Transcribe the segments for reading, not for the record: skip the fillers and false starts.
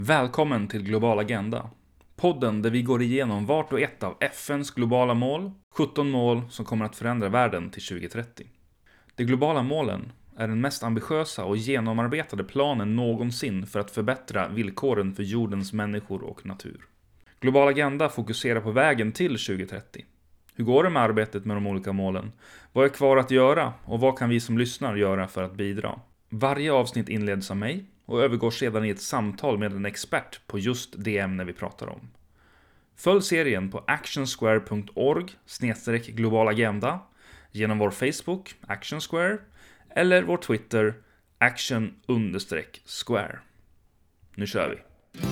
Välkommen till Global Agenda. Podden där vi går igenom vart och ett av FNs globala mål, 17 mål som kommer att förändra världen till 2030. De globala målen är den mest ambitiösa och genomarbetade planen någonsin för att förbättra villkoren för jordens människor och natur. Global Agenda fokuserar på vägen till 2030. Hur går det med arbetet med de olika målen? Vad är kvar att göra och vad kan vi som lyssnar göra för att bidra? Varje avsnitt inleds av mig och övergår sedan i ett samtal med en expert på just det ämne vi pratar om. Följ serien på actionsquare.org/globalagenda, genom vår Facebook, Actionsquare, eller vår Twitter, action_square. Nu kör vi!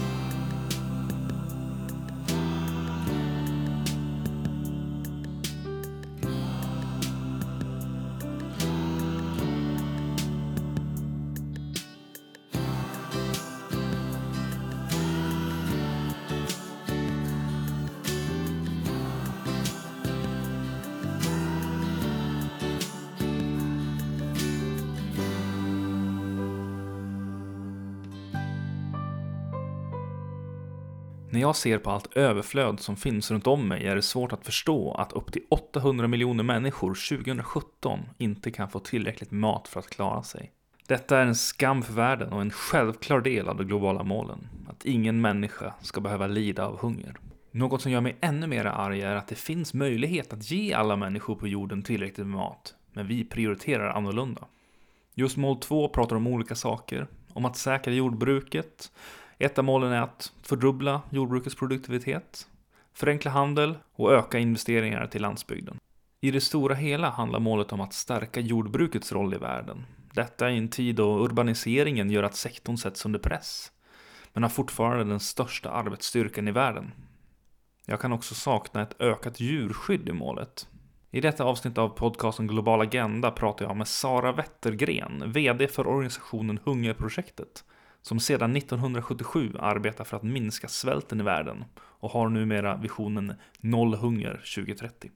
När jag ser på allt överflöd som finns runt om mig är det svårt att förstå att upp till 800 miljoner människor 2017 inte kan få tillräckligt mat för att klara sig. Detta är en skam för världen och en självklar del av de globala målen. Att ingen människa ska behöva lida av hunger. Något som gör mig ännu mer arg är att det finns möjlighet att ge alla människor på jorden tillräckligt med mat. Men vi prioriterar annorlunda. Just mål 2 pratar om olika saker. Om att säkra jordbruket. Ett av målen är att fördubbla jordbrukets produktivitet, förenkla handel och öka investeringar till landsbygden. I det stora hela handlar målet om att stärka jordbrukets roll i världen. Detta i en tid då urbaniseringen gör att sektorn sätts under press, men har fortfarande den största arbetsstyrkan i världen. Jag kan också sakna ett ökat djurskydd i målet. I detta avsnitt av podcasten Global Agenda pratar jag med Sara Wettergren, vd för organisationen Hungerprojektet, som sedan 1977 arbetar för att minska svälten i världen och har numera visionen noll hunger 2030.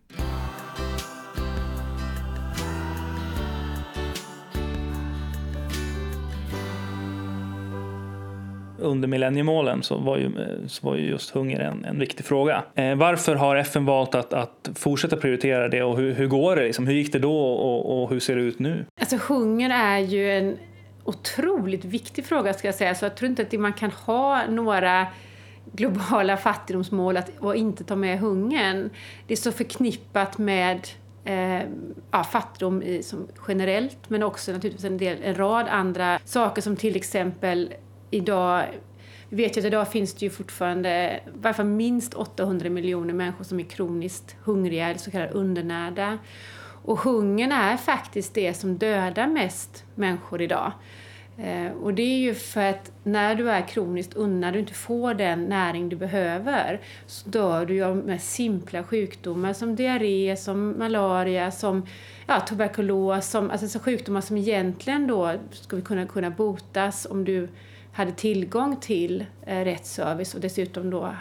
Under millenniemålen så var ju just hunger en viktig fråga. Varför har FN valt att fortsätta prioritera det och hur går det? Liksom? Hur gick det då och hur ser det ut nu? Alltså hunger är ju en otroligt viktig fråga, ska jag säga. Så jag tror inte att man kan ha några globala fattigdomsmål och inte ta med hungern. Det är så förknippat med fattigdom som generellt, men också naturligtvis en rad andra saker, som till exempel idag. Vi vet ju att idag finns det ju fortfarande i varje fall minst 800 miljoner människor som är kroniskt hungriga eller så kallade undernärda. Och hungern är faktiskt det som dödar mest människor idag. Och det är ju för att när du är kroniskt när du inte får den näring du behöver, så dör du ju av med simpla sjukdomar som diarré, som malaria, som tuberkulos, alltså sjukdomar som egentligen då skulle kunna botas om du hade tillgång till rätt service och dessutom då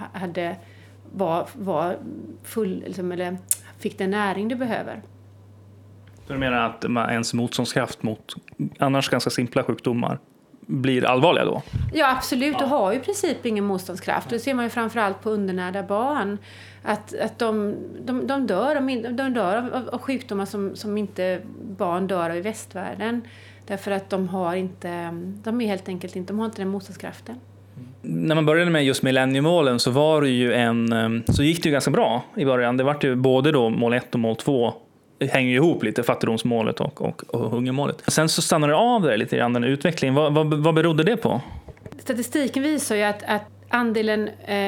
var full eller fick den näring du behöver. Du menar att ens motståndskraft mot annars ganska simpla sjukdomar blir allvarliga då? Ja, absolut. Du har ju i princip ingen motståndskraft. Det ser man ju framförallt på undernärda barn. Att de dör av sjukdomar som inte barn dör av i västvärlden. Därför att de har inte den motståndskraften. När man började med just millenniemålen så var det ju så gick det ju ganska bra i början. Det var ju både då mål 1 och mål 2 hänger ju ihop lite, fattigdomsmålet och hungermålet. Sen så stannar det av där lite grann, den utvecklingen. Vad berodde det på? Statistiken visar ju att andelen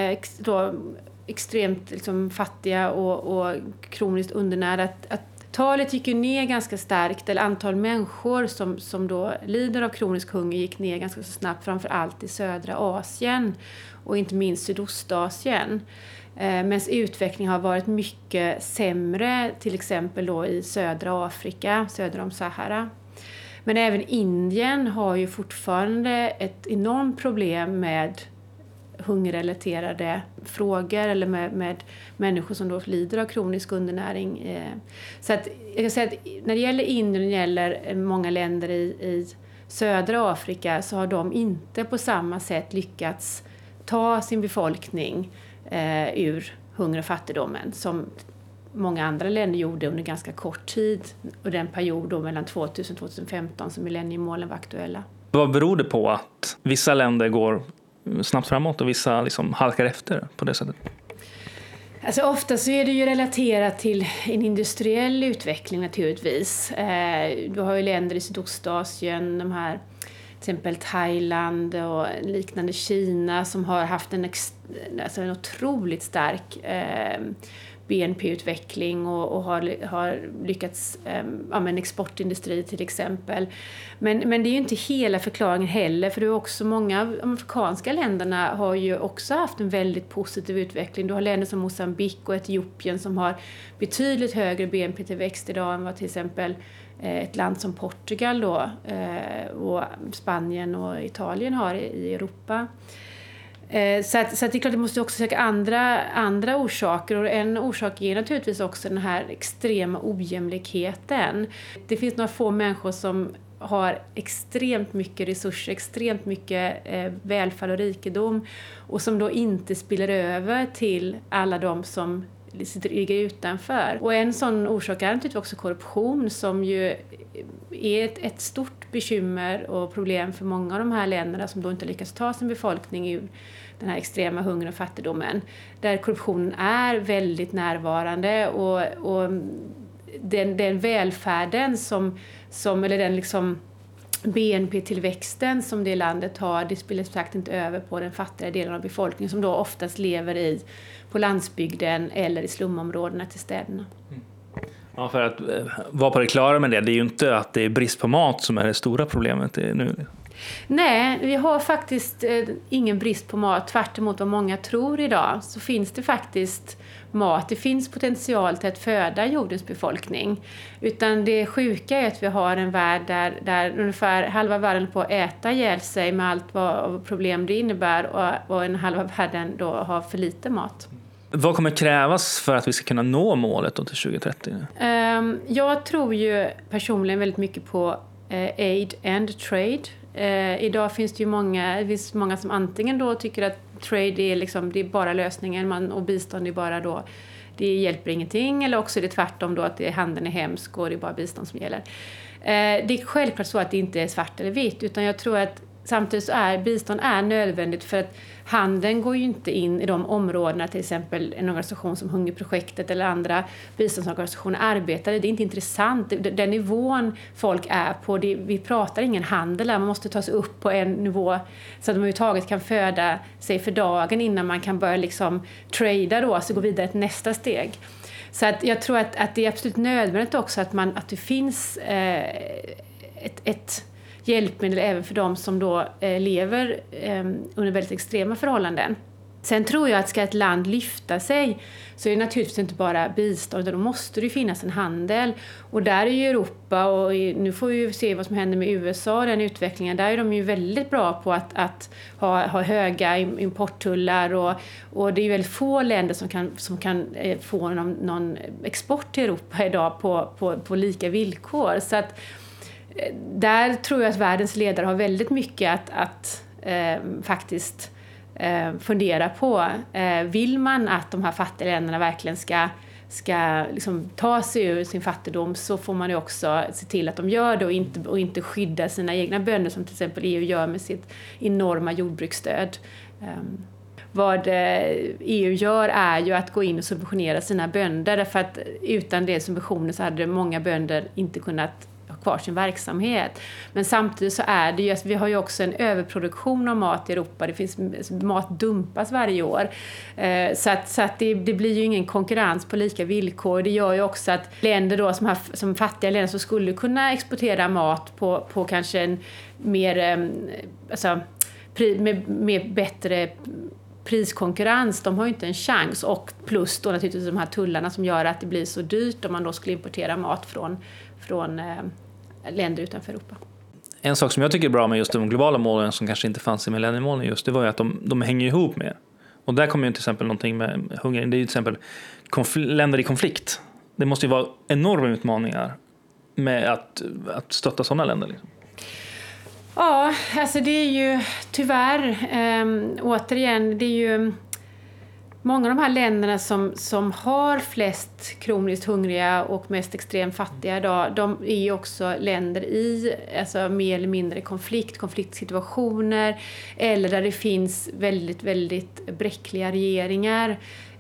extremt fattiga och kroniskt undernärda, att talet gick ju ner ganska starkt, eller antal människor som då lider av kronisk hunger gick ner ganska så snabbt, framförallt i södra Asien och inte minst Sydostasien. Men utvecklingen har varit mycket sämre, till exempel då i södra Afrika, söder om Sahara. Men även Indien har ju fortfarande ett enormt problem med hungerrelaterade frågor eller med människor som då lider av kronisk undernäring. Så att jag kan säga att när det gäller Indien och gäller många länder i södra Afrika, så har de inte på samma sätt lyckats ta sin befolkning ur hunger och fattigdomen som många andra länder gjorde under ganska kort tid och den period då mellan 2000 och 2015 som millenniemålen var aktuella. Vad beror det på att vissa länder går snabbt framåt och vissa liksom halkar efter på det sättet? Alltså ofta så är det ju relaterat till en industriell utveckling naturligtvis. Du har ju länder i Sydostasien, de här till exempel Thailand och liknande Kina som har haft en otroligt stark BNP-utveckling och har lyckats med exportindustri till exempel. Men det är ju inte hela förklaringen heller, för det är också många av de afrikanska länderna har ju också haft en väldigt positiv utveckling. Du har länder som Mozambique och Etiopien som har betydligt högre BNP-tillväxt idag än vad till exempel ett land som Portugal då, och Spanien och Italien har i Europa. Så att det är klart att det måste också söka andra orsaker, och en orsak är naturligtvis också den här extrema ojämlikheten. Det finns några få människor som har extremt mycket resurser, extremt mycket välfärd och rikedom och som då inte spiller över till alla de som ligger utanför. Och en sån orsak är naturligtvis också korruption som ju är ett stort bekymmer och problem för många av de här länderna som då inte lyckas ta sin befolkning ur den här extrema hungern och fattigdomen. Där korruptionen är väldigt närvarande och den välfärden eller den liksom BNP-tillväxten som det landet har, det spelar sagt inte över på den fattiga delen av befolkningen som då oftast lever på landsbygden eller i slumområdena till städerna. Ja, för att vara på det klara med det är ju inte att det är brist på mat som är det stora problemet nu. Nej, vi har faktiskt ingen brist på mat. Tvärt emot vad många tror idag så finns det faktiskt mat. Det finns potential till att föda jordens befolkning. Utan det sjuka är att vi har en värld där ungefär halva världen på att äta ihjäl sig med allt vad problem det innebär och en halva världen då har för lite mat. Vad kommer krävas för att vi ska kunna nå målet då till 2030? Jag tror ju personligen väldigt mycket på aid and trade. Idag finns det ju många som antingen då tycker att trade är liksom, det är bara lösningen och bistånd är bara då, det hjälper ingenting, eller också är det tvärtom då att handeln är hemsk och det är bara bistånd som gäller. Det är självklart så att det inte är svart eller vitt, utan jag tror att samtidigt så är bistånd nödvändigt för att handeln går ju inte in i de områdena, till exempel en organisation som Hungerprojektet eller andra biståndsorganisationer arbetar. Det är inte intressant. Den nivån folk är på, vi pratar ingen handel där. Man måste ta sig upp på en nivå så att de överhuvudtaget kan föda sig för dagen innan man kan börja liksom trada då, alltså gå vidare till nästa steg. Så att jag tror att det är absolut nödvändigt också att det finns ett hjälpmedel även för de som då lever under väldigt extrema förhållanden. Sen tror jag att ska ett land lyfta sig så är det naturligtvis inte bara bistånd, utan då måste det finnas en handel. Och där är ju Europa, och nu får vi ju se vad som händer med USA och den utvecklingen. Där är de ju väldigt bra på att ha höga importtullar och det är ju väldigt få länder som kan få någon export till Europa idag på lika villkor. Så att där tror jag att världens ledare har väldigt mycket att faktiskt fundera på. Vill man att de här fattiga länderna verkligen ska liksom ta sig ur sin fattigdom, så får man ju också se till att de gör det och inte skydda sina egna bönder som till exempel EU gör med sitt enorma jordbruksstöd. Vad EU gör är ju att gå in och subventionera sina bönder, därför att utan det subventioner så hade många bönder inte kunnat ha kvar sin verksamhet. Men samtidigt så är det ju att vi har ju också en överproduktion av mat i Europa. Det finns mat dumpas varje år. Så att det blir ju ingen konkurrens på lika villkor. Det gör ju också att länder då som fattiga länder som skulle kunna exportera mat på kanske en mer med bättre priskonkurrens, de har ju inte en chans, och plus då naturligtvis de här tullarna som gör att det blir så dyrt om man då skulle importera mat från länder utanför Europa. En sak som jag tycker är bra med just de globala målen som kanske inte fanns i millenniemålen just, det var ju att de hänger ihop med. Och där kommer ju till exempel någonting med hunger. Det är ju till exempel länder i konflikt. Det måste ju vara enorma utmaningar med att stötta sådana länder liksom. Ja, alltså det är ju tyvärr, återigen, det är ju många av de här länderna som har flest kroniskt hungriga och mest extremt fattiga idag, de är ju också länder i alltså mer eller mindre konfliktsituationer eller där det finns väldigt, väldigt bräckliga regeringar.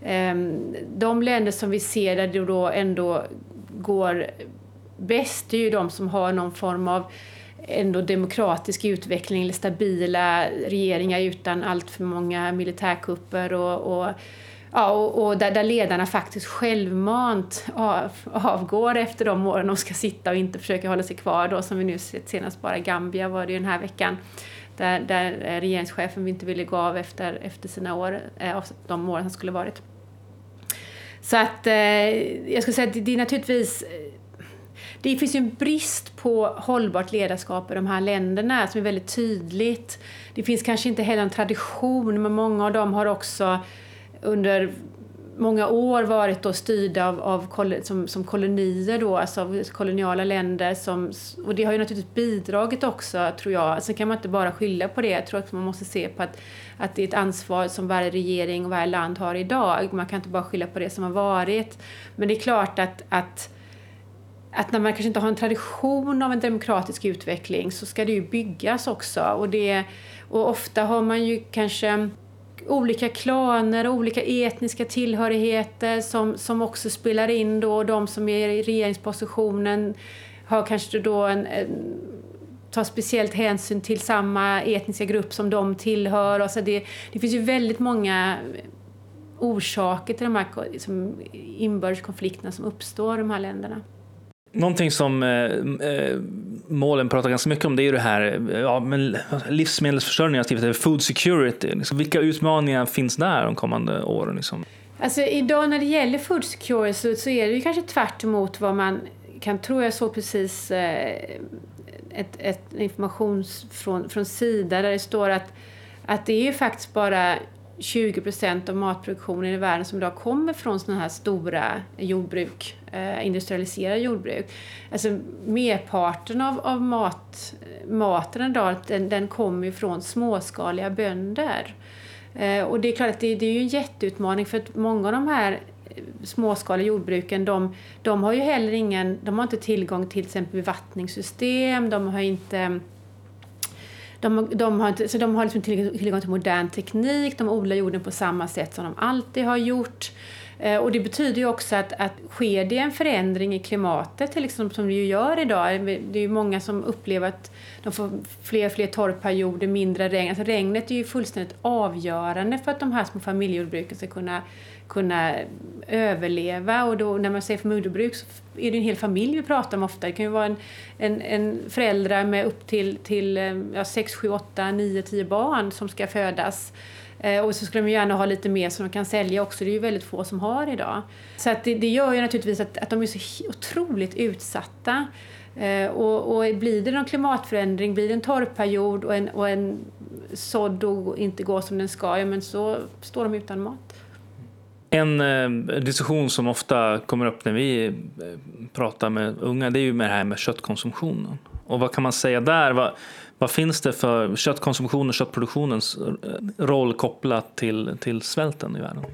De länder som vi ser där det då ändå går bäst är ju de som har någon form av ändå demokratisk utveckling eller stabila regeringar utan allt för många militärkupper och där ledarna faktiskt självmant avgår efter de åren de ska sitta och inte försöka hålla sig kvar då, som vi nu sett senast bara Gambia var det ju den här veckan där regeringschefen inte ville gå av efter sina år, de åren som skulle varit. Så att jag skulle säga att det är naturligtvis, det finns ju en brist på hållbart ledarskap i de här länderna som är väldigt tydligt. Det finns kanske inte heller en tradition, men många av dem har också under många år varit då styrda som kolonier då, alltså av koloniala länder och det har ju naturligtvis bidragit också, tror jag. Sen kan man inte bara skylla på det. Jag tror att man måste se på att det är ett ansvar som varje regering och varje land har idag. Man kan inte bara skylla på det som har varit. Men det är klart att när man kanske inte har en tradition av en demokratisk utveckling så ska det ju byggas också. Och ofta har man ju kanske olika klaner och olika etniska tillhörigheter som också spelar in då. De som är i regeringspositionen har kanske då tar speciellt hänsyn till samma etniska grupp som de tillhör. Alltså det finns ju väldigt många orsaker till de här inbördeskonflikterna som uppstår i de här länderna. Någonting som målen pratar ganska mycket om, det är ju det här men livsmedelsförsörjning, food security. Liksom, vilka utmaningar finns där de kommande åren? Liksom? Alltså idag när det gäller food security så är det ju kanske tvärt emot vad man kan tro. Jag såg precis ett information från Sida där det står att det är ju faktiskt bara 20% av matproduktionen i världen som idag kommer från såna här stora jordbruk, industrialiserade jordbruk. Alltså merparten av maten idag, den kommer ju från småskaliga bönder. Och det är klart att det är ju en jätteutmaning, för att många av de här småskaliga jordbruken, de har ju heller de har inte tillgång till exempel bevattningssystem, de har liksom tillgång till modern teknik, de odlar jorden på samma sätt som de alltid har gjort. Och det betyder ju också att sker det en förändring i klimatet, till exempel som det ju gör idag, det är ju många som upplever att de får fler och fler torrperioder, mindre regn. Alltså regnet är ju fullständigt avgörande för att de här små familjejordbruken ska kunna överleva. Och då, när man säger familjejordbruk, så är det en hel familj vi pratar om ofta. Det kan ju vara en föräldrar med upp till 6, 7, 8, 9, 10 barn som ska födas. Och så skulle de gärna ha lite mer som de kan sälja också. Det är ju väldigt få som har idag. Så att det gör ju naturligtvis att de är så otroligt utsatta. Och blir det någon klimatförändring, blir det en torrperiod och en sådd och inte går som den ska, men så står de utan mat. En diskussion som ofta kommer upp när vi pratar med unga, det är ju med det här med köttkonsumtionen. Och vad kan man säga där? Vad finns det för köttkonsumtion och köttproduktionens roll kopplat till svälten i världen?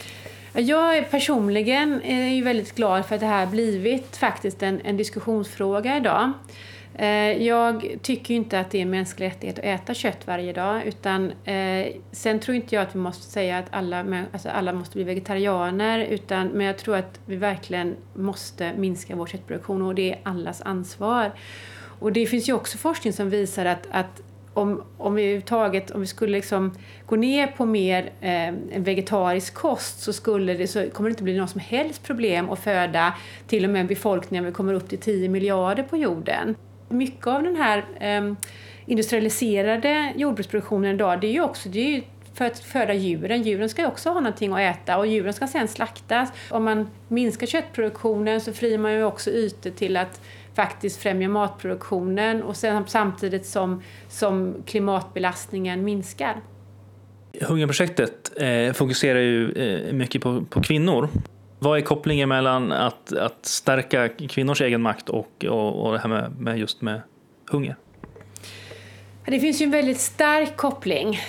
Jag personligen är ju väldigt glad för att det här blivit faktiskt en diskussionsfråga idag. Jag tycker inte att det är en mänsklig rättighet att äta kött varje dag, utan sen tror inte jag att vi måste säga att alla måste bli vegetarianer, men jag tror att vi verkligen måste minska vår köttproduktion, och det är allas ansvar. Och det finns ju också forskning som visar att om vi skulle liksom gå ner på mer vegetarisk kost så kommer det inte bli något som helst problem att föda till och med en befolkning när vi kommer upp till 10 miljarder på jorden. Mycket av den här industrialiserade jordbruksproduktionen idag, det är ju för att föda djuren. Djuren ska ju också ha någonting att äta och djuren ska sedan slaktas. Om man minskar köttproduktionen så friar man ju också ytor till att faktiskt främja matproduktionen, och sen samtidigt som klimatbelastningen minskar. Hungerprojektet fokuserar ju mycket på kvinnor. Vad är kopplingen mellan att stärka kvinnors egen makt och det här med hunger? Det finns ju en väldigt stark koppling.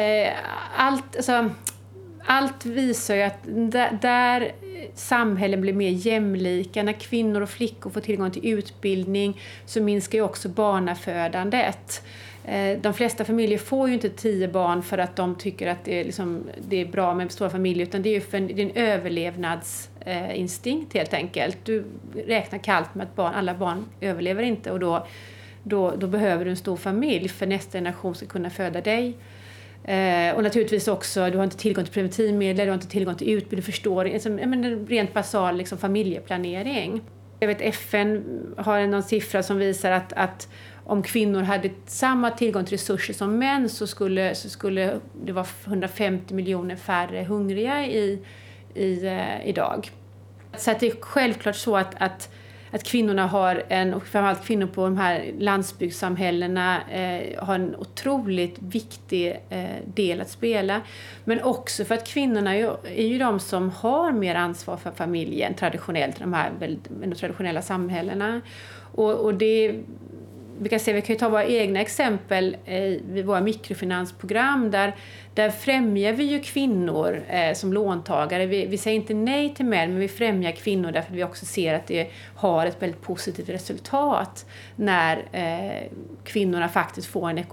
Allt visar ju att där samhällen blir mer jämlika, när kvinnor och flickor får tillgång till utbildning, så minskar ju också barnafödandet. De flesta familjer får ju inte 10 barn för att de tycker att det är bra med stora familjer, utan det är ju det är en överlevnadsinstinkt helt enkelt. Du räknar kallt med att alla barn överlever inte, och då behöver du en stor familj för nästa generation ska kunna föda dig. Och naturligtvis också, du har inte tillgång till preventivmedel, du har inte tillgång till utbildning, förstår, rent basal familjeplanering. Jag vet FN har någon siffra som visar att om kvinnor hade samma tillgång till resurser som män så skulle det vara 150 miljoner färre hungriga idag. Så att det är självklart så att kvinnorna har och framförallt kvinnor på de här landsbygdssamhällena har en otroligt viktig del att spela. Men också för att kvinnorna är ju de som har mer ansvar för familjen traditionellt, de här väldigt traditionella samhällena. Och det vi kan ju ta våra egna exempel vid våra mikrofinansprogram där främjar vi ju kvinnor som låntagare. Vi säger inte nej till män, men vi främjar kvinnor därför att vi också ser att det har ett väldigt positivt resultat när kvinnorna faktiskt får en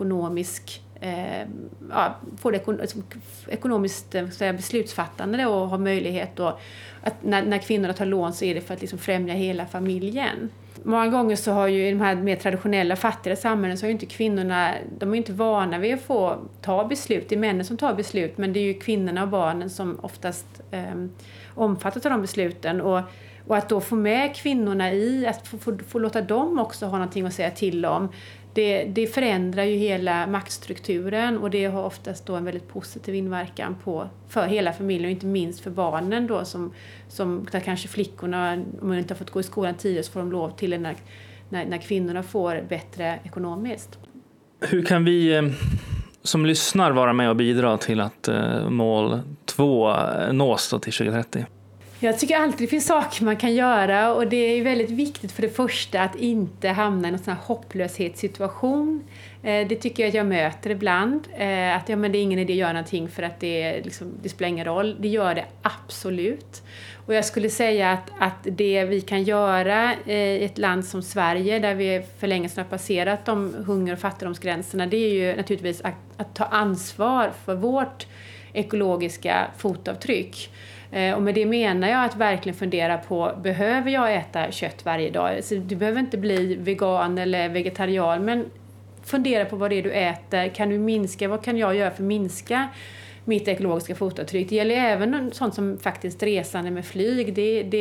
ekonomiskt beslutsfattande och har möjlighet att när kvinnorna tar lån så är det för att främja hela familjen. Många gånger så har ju i de här mer traditionella fattiga samhällen så har ju inte kvinnorna, de är inte vana vid att få ta beslut. Det är männen som tar beslut, men det är ju kvinnorna och barnen som oftast omfattas av de besluten. Och att då få med kvinnorna i, att få låta dem också ha någonting att säga till om, det förändrar ju hela maktstrukturen, och det har oftast då en väldigt positiv inverkan för hela familjen, och inte minst för barnen då som där kanske flickorna, om de inte har fått gå i skolan tidigare, så får de lov till när kvinnorna får bättre ekonomiskt. Hur kan vi som lyssnar vara med och bidra till att mål 2 nås då till 2030? Jag tycker alltid det finns saker man kan göra, och det är väldigt viktigt för det första att inte hamna i någon sån här hopplöshetssituation. Det tycker jag att jag möter ibland. Att men det är ingen idé att göra någonting för att det spelar ingen roll. Det gör det absolut. Och jag skulle säga att det vi kan göra i ett land som Sverige, där vi för länge sedan har passerat de hunger- och fattigdomsgränserna, det är ju naturligtvis att ta ansvar för vårt ekologiska fotavtryck. Och med det menar jag att verkligen fundera på, behöver jag äta kött varje dag? Så du behöver inte bli vegan eller vegetarian, men fundera på vad det är du äter. Kan du minska? Vad kan jag göra för att minska mitt ekologiska fotavtryck? Det gäller även sånt som faktiskt resande med flyg.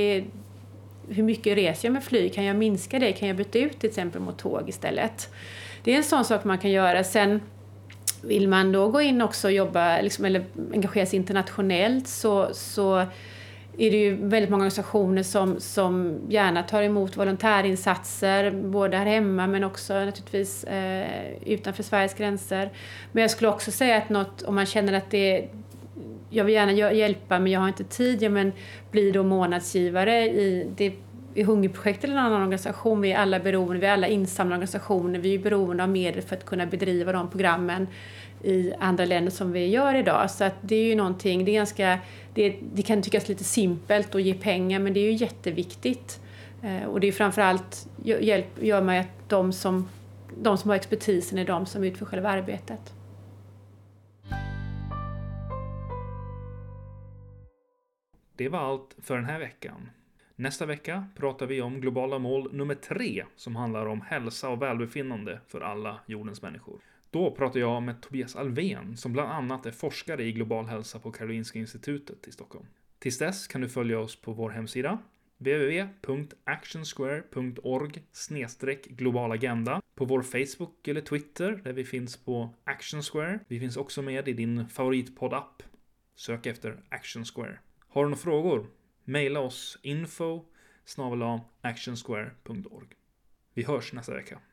Hur mycket reser jag med flyg? Kan jag minska det? Kan jag byta ut till exempel mot tåg istället? Det är en sån sak man kan göra. Sen vill man då gå in också och jobba eller engagera sig internationellt, så är det ju väldigt många organisationer som gärna tar emot volontärinsatser både här hemma men också naturligtvis utanför Sveriges gränser. Men jag skulle också säga att om man känner att jag vill gärna hjälpa men jag har inte tid, men blir då månadsgivare i Hungerprojektet eller en annan organisation. Vi är alla beroende, vi är alla insamlade organisationer, vi är beroende av medel för att kunna bedriva de programmen i andra länder som vi gör idag. Så att det är ju någonting, det kan tyckas lite simpelt att ge pengar, men det är ju jätteviktigt. Och det är framförallt gör man ju att de som har expertisen är de som utför själva arbetet. Det var allt för den här veckan. Nästa vecka pratar vi om globala mål nummer 3 som handlar om hälsa och välbefinnande för alla jordens människor. Då pratar jag med Tobias Alvén som bland annat är forskare i global hälsa på Karolinska institutet i Stockholm. Tills dess kan du följa oss på vår hemsida www.actionsquare.org/globalagenda, på vår Facebook eller Twitter där vi finns på Actionsquare. Vi finns också med i din favoritpodd-app. Sök efter Actionsquare. Har du några frågor? Maila oss info@actionsquare.org. Vi hörs nästa vecka.